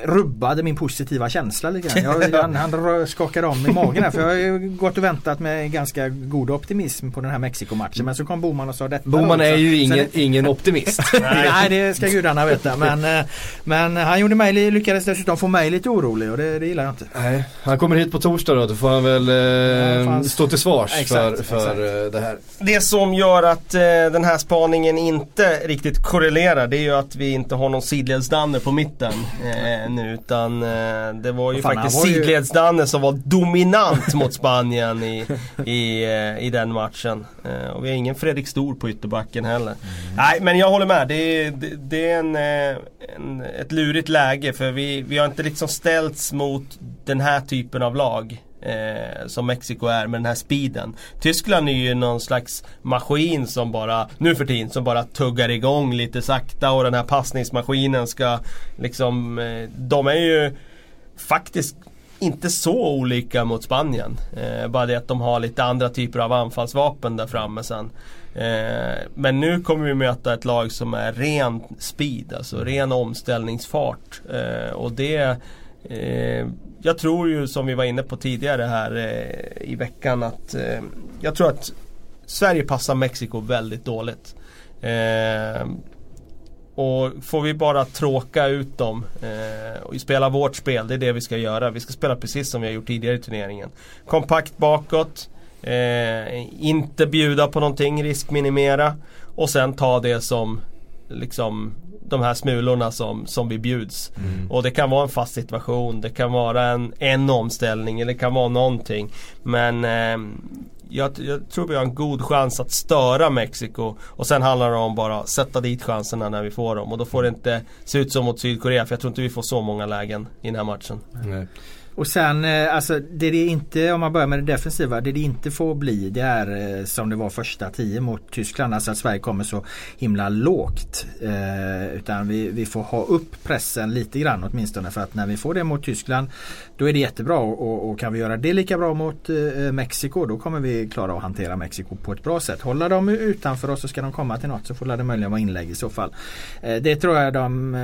rubbade min positiva känsla lite grann. Han skakade om i magen här, för jag har ju gått och väntat med ganska god optimism på den här Mexiko-matchen, men så kom Boman och sa detta. Boman är ju ingen optimist. Nej, det ska gudarna veta, men han gjorde mig, lyckades dessutom få mig lite orolig, och det gillar jag inte. Nej, han kommer hit på torsdag då får han väl stå till svars för det här. Det som gör att den här spaningen inte riktigt korrelerar, det är ju att vi inte har någon sidledsdanne på mitten nu, utan det var ju faktiskt sidledsdanne som var dominant mot Spanien i den matchen. Och vi har ingen Fredrik Stor på ytterbacken heller. Nej, men jag håller med. Det är ett lurigt läge, för vi har inte liksom ställts mot den här typen av lag som Mexiko är, med den här speeden. Tyskland är ju någon slags maskin som bara, nu för tiden, som bara tuggar igång lite sakta, och den här passningsmaskinen ska liksom, de är ju faktiskt inte så olika mot Spanien. Bara det att de har lite andra typer av anfallsvapen där framme sen. Men nu kommer vi möta ett lag som är ren speed, alltså ren omställningsfart. Och det jag tror ju, som vi var inne på tidigare här i veckan, att jag tror att Sverige passar Mexiko väldigt dåligt. Och får vi bara tråka ut dem och spela vårt spel, det är det vi ska göra. Vi ska spela precis som vi har gjort tidigare i turneringen. Kompakt bakåt, inte bjuda på någonting, riskminimera, och sen ta det som liksom de här smulorna som vi bjuds. Och det kan vara en fast situation, det kan vara en omställning, eller det kan vara någonting. Men jag tror vi har en god chans att störa Mexiko, och sen handlar det om bara sätta dit chanserna när vi får dem, och då får det inte se ut som mot Sydkorea, för jag tror inte vi får så många lägen i den här matchen. Nej. Och sen, alltså det inte, om man börjar med det defensiva, det inte får bli, det är som det var första 10 mot Tyskland, alltså att Sverige kommer så himla lågt, utan vi får ha upp pressen lite grann åtminstone, för att när vi får det mot Tyskland, då är det jättebra, och kan vi göra det lika bra mot Mexiko, då kommer vi klara att hantera Mexiko på ett bra sätt. Hålla dem utanför oss, så ska de komma till något, så får det möjligen vara inlägg i så fall. Det tror jag de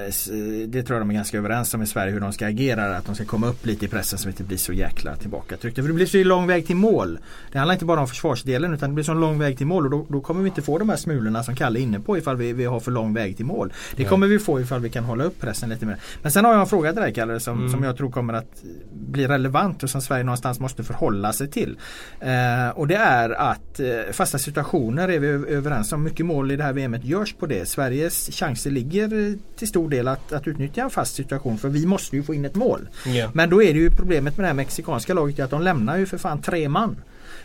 är ganska överens om i Sverige, hur de ska agera, att de ska komma upp lite i pressen så att det inte blir så jäkla tillbaka-tryckta. För det blir så lång väg till mål. Det handlar inte bara om försvarsdelen, utan det blir så lång väg till mål, och då kommer vi inte få de här smulorna som Kalle är inne på ifall vi har för lång väg till mål. Det kommer vi få ifall vi kan hålla upp pressen lite mer. Men sen har jag en fråga till dig, Kalle, som jag tror kommer att bli relevant och som Sverige någonstans måste förhålla sig till. Och det är att fasta situationer är vi överens om. Mycket mål i det här VMet görs på det. Sveriges chanser ligger till stor del att utnyttja en fast situation, för vi måste ju få in ett mål. Yeah. Men då är det ju problemet med det här mexikanska laget att de lämnar ju för fan 3 man.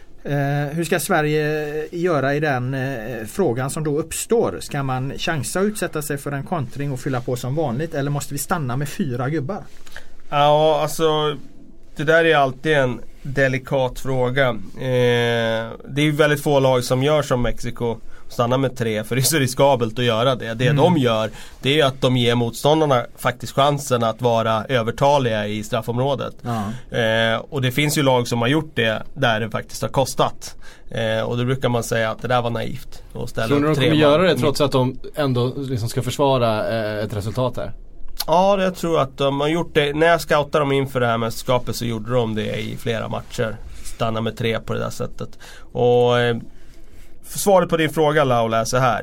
Hur ska Sverige göra i den frågan som då uppstår? Ska man chansa att utsätta sig för en kontring och fylla på som vanligt, eller måste vi stanna med 4 gubbar? Ja, alltså det där är alltid en delikat fråga. Det är ju väldigt få lag som gör som Mexiko, stanna med 3, för det är så riskabelt att göra det. Det de gör, det är att de ger motståndarna faktiskt chansen att vara övertaliga i straffområdet. Och det finns ju lag som har gjort det där det faktiskt har kostat. Och då brukar man säga att det där var naivt. Tror ni de kommer göra det trots att de ändå liksom ska försvara ett resultat här? Ja, jag tror att de har gjort det. När jag scoutade dem inför det här mästerskapet, så gjorde de det i flera matcher. Stanna med 3 på det där sättet. Och svaret på din fråga, Laula, är så här.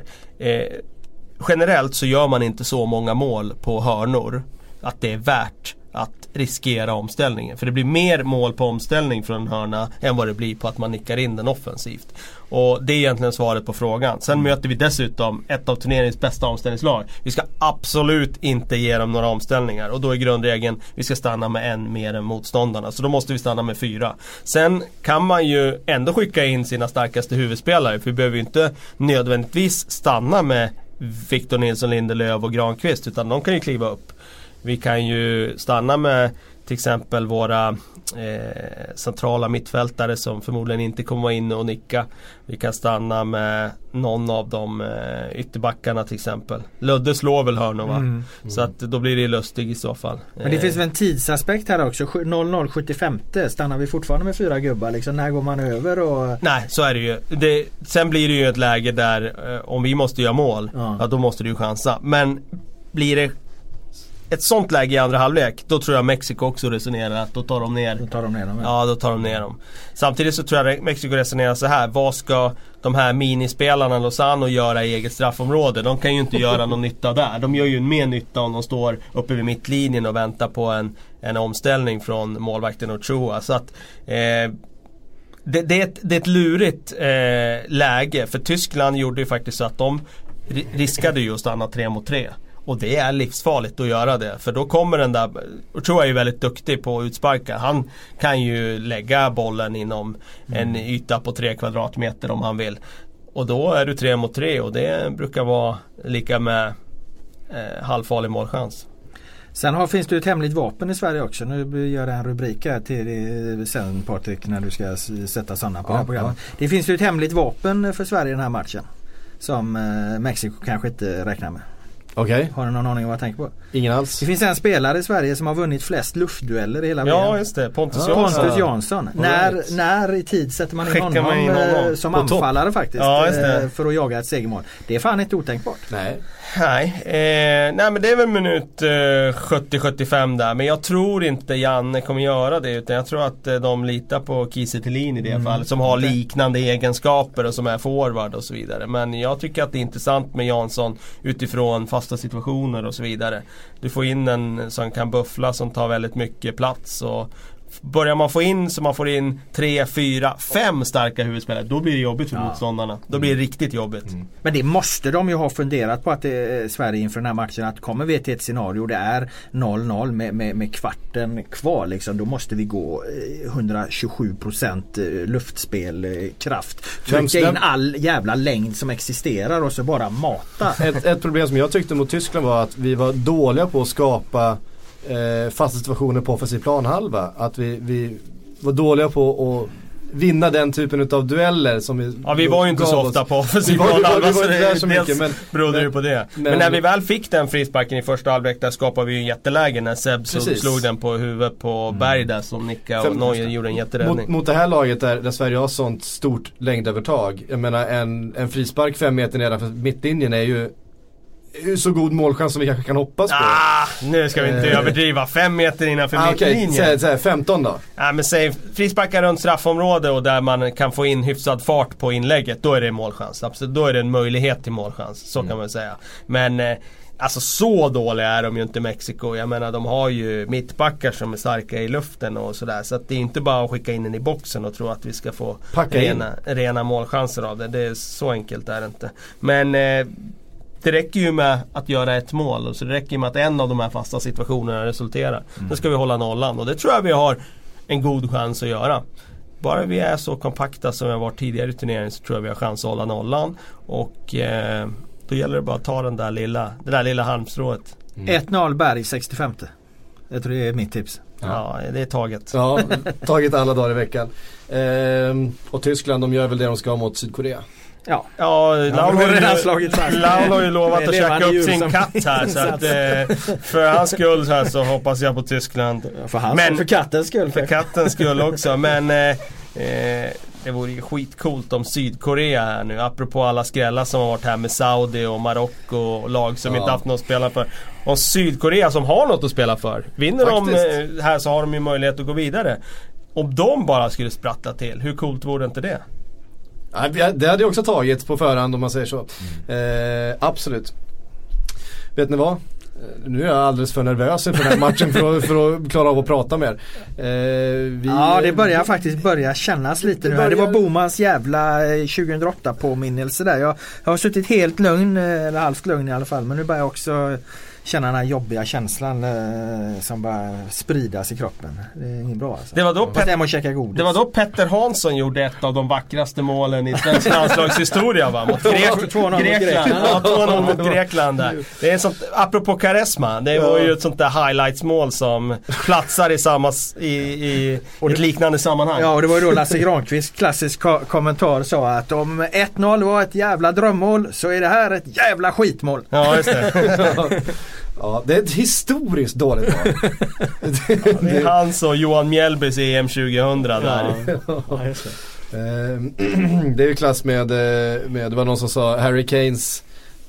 Generellt så gör man inte så många mål på hörnor att det är värt att riskera omställningen. För det blir mer mål på omställning från en hörna än vad det blir på att man nickar in den offensivt. Och det är egentligen svaret på frågan. Sen möter vi dessutom ett av turneringens bästa omställningslag. Vi ska absolut inte ge dem några omställningar. Och då är grundregeln, vi ska stanna med en mer än motståndarna. Så då måste vi stanna med 4. Sen kan man ju ändå skicka in sina starkaste huvudspelare. För vi behöver ju inte nödvändigtvis stanna med Victor Nilsson, Lindelöf och Granqvist. Utan de kan ju kliva upp. Vi kan ju stanna med till exempel våra centrala mittfältare som förmodligen inte kommer vara inne och nicka. Vi kan stanna med någon av de ytterbackarna till exempel. Ludde slår väl hörnor, va? Så att då blir det lustigt i så fall. Men det finns väl en tidsaspekt här också. 00:75 stannar vi fortfarande med 4 gubbar. Liksom, när går man över? Och... Nej, så är det ju. Sen blir det ju ett läge där om vi måste göra mål, ja, då måste du ju chansa. Men blir det ett sånt läge i andra halvlek, då tror jag Mexiko också resonerar att då tar de ner dem. Ja, då tar de ner dem. Samtidigt så tror jag Mexiko resonerar så här: vad ska de här minispelarna Lozano göra i eget straffområde? De kan ju inte göra någon nytta där. De gör ju mer nytta om de står uppe vid mittlinjen och väntar på en omställning från målvakten Ochoa. Så att det är ett lurigt läge, för Tyskland gjorde ju faktiskt så att de riskade ju att stanna 3-3. Och det är livsfarligt att göra det, för då kommer den där, Ochoa är ju väldigt duktig på att utsparka. Han kan ju lägga bollen inom en yta på 3 kvadratmeter om han vill. Och då är du 3-3, och det brukar vara lika med halvfarlig målchans. Sen finns det ju ett hemligt vapen i Sverige också. Nu gör jag en rubrik här till sen, Patrik, när du ska sätta sådana på det här programmet. Det finns ju ett hemligt vapen för Sverige i den här matchen som Mexiko kanske inte räknar med. Okay. Har du någon aning om vad jag tänker på? Ingen alls. Det finns en spelare i Sverige som har vunnit flest luftdueller i hela VM. Ja, just det. Pontus Jansson. När i tid sätter man in honom som anfallare faktiskt, för att jaga ett segermål? Det är fan inte otänkbart. Nej, men det är väl minut 70-75 där. Men jag tror inte Janne kommer göra det, utan jag tror att de litar på Kiese Thelin i det fallet, som har liknande egenskaper och som är forward och så vidare. Men jag tycker att det är intressant med Jansson utifrån fasta situationer och så vidare. Du får in en som kan buffla, som tar väldigt mycket plats, och börjar man få in så man får in 3, 4, 5 starka huvudspelare, då blir det jobbigt för motståndarna. Då blir det riktigt jobbigt. Men det måste de ju ha funderat på, att Sverige inför den här matchen, att kommer vi till ett scenario det är 0-0 med kvarten kvar liksom, då måste vi gå 127% luftspel, kraft, trycka in all jävla längd som existerar och så bara mata. Ett problem som jag tyckte mot Tyskland var att vi var dåliga på att skapa fasta situationer på offensiv planhalva. Att vi var dåliga på att vinna den typen av dueller som vi var ju inte så ofta på offensiv planhalva, så det berodde ju på det. Men när vi väl fick den frisparken i första halvlek, där skapade vi ju en jätteläge när Seb slog den på huvudet på Berg där, som nickade, och Neuer gjorde en jätteräddning. Mot det här laget där Sverige har sånt stort längdövertag, jag menar en frispark 5 meter nedanför mittlinjen är ju så god målchans som vi kanske kan hoppas på. Nu ska vi inte överdriva. 5 meter innanför mittlinjen. Säg 15 då. Men säg frisparkar runt straffområde och där man kan få in hyfsad fart på inlägget, då är det en målchans. Absolut, då är det en möjlighet till målchans. Så kan man säga. Men alltså så dåliga är de ju inte, Mexiko. Jag menar, de har ju mittbackar som är starka i luften och sådär. Så att det är inte bara att skicka in den i boxen och tro att vi ska få rena målchanser av det. Det är så enkelt är det inte. Men det räcker ju med att göra ett mål, och så det räcker ju med att en av de här fasta situationerna resulterar. Då ska vi hålla nollan, och det tror jag vi har en god chans att göra. Bara vi är så kompakta som vi har varit tidigare i turneringen, så tror jag vi har chans att hålla nollan. Och då gäller det bara att ta det där lilla halmstrået. 1-0 Berg 65. Jag tror det är mitt tips. Ja, det är taget. Ja, taget alla dagar i veckan. Och Tyskland, de gör väl det de ska mot Sydkorea. Ja, Laul har ju lovat att käka upp sin katt här, så att för hans skull här så hoppas jag på Tyskland. För kattens skull. För kattens skull också. Men det vore ju skitcoolt om Sydkorea här nu, apropå alla skrällar som har varit här med Saudi och Marocko och lag som inte haft något att spela för. Och Sydkorea som har något att spela för, vinner de här, så har de ju möjlighet att gå vidare. Om de bara skulle sprattla till, hur coolt vore inte det? Det hade jag också tagit på förhand, om man säger så. Absolut. Vet ni vad? Nu är jag alldeles för nervös inför den här matchen för att klara av att prata mer. Det börjar faktiskt kännas lite nu. Det var Bomans jävla 2008 påminnelse där. Jag har suttit helt lugn, eller halvt lugn i alla fall. Men nu börjar jag också känna den här jobbiga känslan som bara spridas i kroppen. Det är inget bra alltså. Det var då Petter Hansson gjorde ett av de vackraste målen i svensk landslagshistoria, va? Mot Grekland. 2-0 mot Grekland där. Det är sånt, apropå karisma, det var ju ett sånt där highlights-mål som platsar i ett liknande sammanhang. Ja, och det var ju då Lasse Granqvist klassisk kommentar sa att om 1-0 var ett jävla drömmål, så är det här ett jävla skitmål. Ja, just det. Ja, det är ett historiskt dåligt mål. Det är hans och Johan Mjällbys EM 2000 där. Ja, just det. Det är ju klass med det var någon som sa Harry Kanes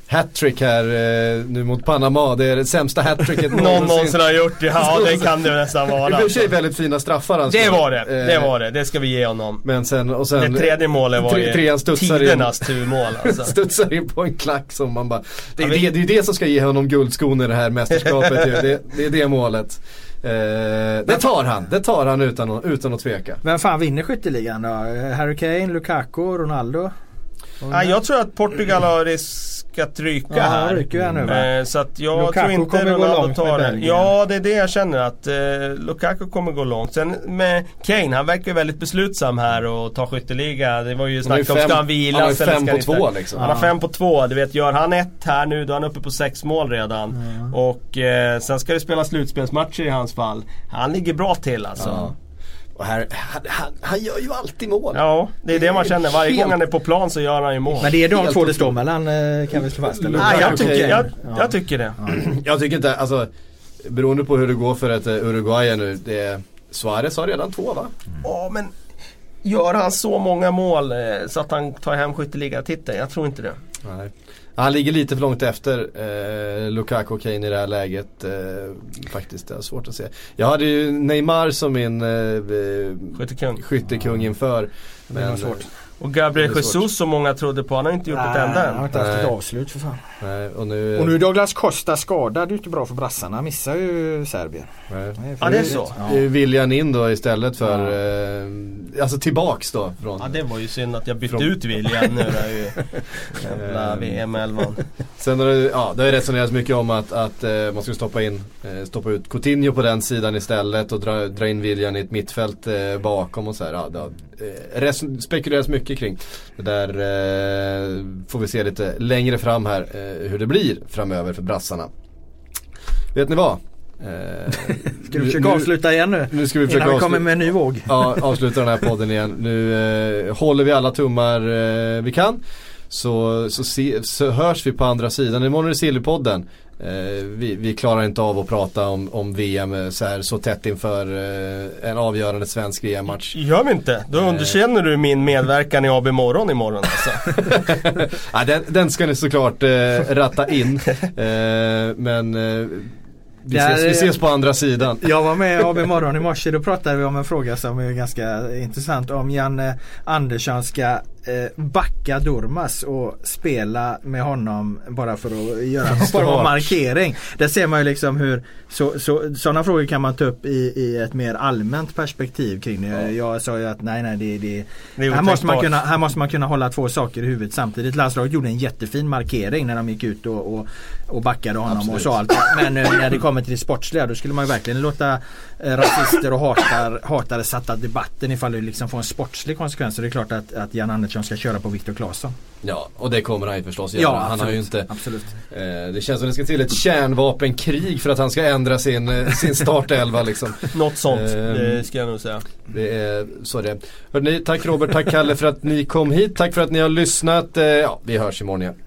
hattrick här nu mot Panama. Det är det sämsta hattricket någon någonsin har gjort. Ja, det kan det nästan vara. Det är i och för sig väldigt fina straffar. Alltså. Det var det. Det ska vi ge honom. Men sen det tredje målet var ju tidernas turmål. Alltså. Studsar in på en klack som man bara... Det är det som ska ge honom guldskon i det här mästerskapet. Det är det målet. Det tar han utan att tveka. Vem fan vinner skytteligan då? Harry Kane, Lukaku, Ronaldo? Jag tror att Portugal har riskat ryka här. Så att jag Lukaku tror inte Ronaldo tar det. Belgien. Ja, det är det jag känner att Lukaku kommer gå långt. Sen med Kane, han verkar väldigt beslutsam här och ta skytteliga. Det var ju snack om ska han vila. Han har 5-2 liksom. Han har 5-2. Du vet, gör han ett här nu då är han uppe på 6 mål redan. Och sen ska det spela slutspelsmatcher i hans fall. Han ligger bra till alltså. Ja. Och han gör ju alltid mål. Ja, det är det man känner. Varje gång han är på plan så gör han ju mål. Men det är de två det står mellan, kan vi slå fast. Nej, jag tycker det. Jag tycker inte, alltså beroende på hur det går för ett Uruguay nu. Suarez har redan 2 va? Ja, men gör han så många mål så att han tar hem skytteligatiteln? Jag tror inte det. Nej. Han ligger lite för långt efter Lukaku och Kane i det här läget. Faktiskt, det är svårt att se. Jag hade ju Neymar som min skyttekung inför. Men det var svårt. Och Gabriel Jesus som många trodde på, han har inte gjort ett enda. Han har inte haft ett avslut för fan. Nej, och nu är Douglas Costa skadad, det är inte bra för brassarna. Han missar ju Serbien. Ja, det är så. Willian in då istället för alltså tillbaks då från. Ja, det var ju synd att jag bytte ut Willian nu där ju. Jävla VM-11. Sen har det har resonerats mycket om att man ska stoppa ut Coutinho på den sidan istället och dra in Willian i ett mittfält bakom och så här. Det spekuleras mycket kring. Det där får vi se lite längre fram här hur det blir framöver för brassarna. Vet ni vad? Ska vi försöka avsluta igen nu ska vi försöka innan vi kommer med en ny våg. Ja, avsluta den här podden igen. Nu håller vi alla tummar vi kan. Så hörs vi på andra sidan. Imorgon är det Sillypodden. Vi klarar inte av att prata om VM så tätt inför en avgörande svensk VM-match. Gör vi inte? Då underkänner du min medverkan i AB Morgon imorgon alltså. Ja, den ska ni såklart ratta in. Men vi ses på andra sidan. Jag var med i AB Morgon i morse. Då pratade vi om en fråga som är ganska intressant. Om Jan Andersson ska backa Durmaz och spela med honom bara för att göra en form av markering. Där ser man ju liksom hur sådana frågor kan man ta upp i ett mer allmänt perspektiv kring det. Ja. Jag sa ju att nej här måste man kunna hålla 2 saker i huvudet samtidigt. Landslaget gjorde en jättefin markering när de gick ut och backade honom. Absolut. Och så allt. Men när det kommer till det sportsliga, då skulle man ju verkligen låta rasister och hatare sätta debatten ifall det liksom får en sportslig konsekvens. Så det är klart att Jan Andersson ska köra på Viktor Claesson. Ja, och det kommer han ju förstås göra. Ja, han har ju inte. Absolut. Det känns som det ska till ett kärnvapenkrig för att han ska ändra sin startelva liksom. Något sånt, det ska jag nog säga. Det är så det. Hörrni, tack Robert, tack Kalle för att ni kom hit. Tack för att ni har lyssnat. Vi hörs imorgon igen.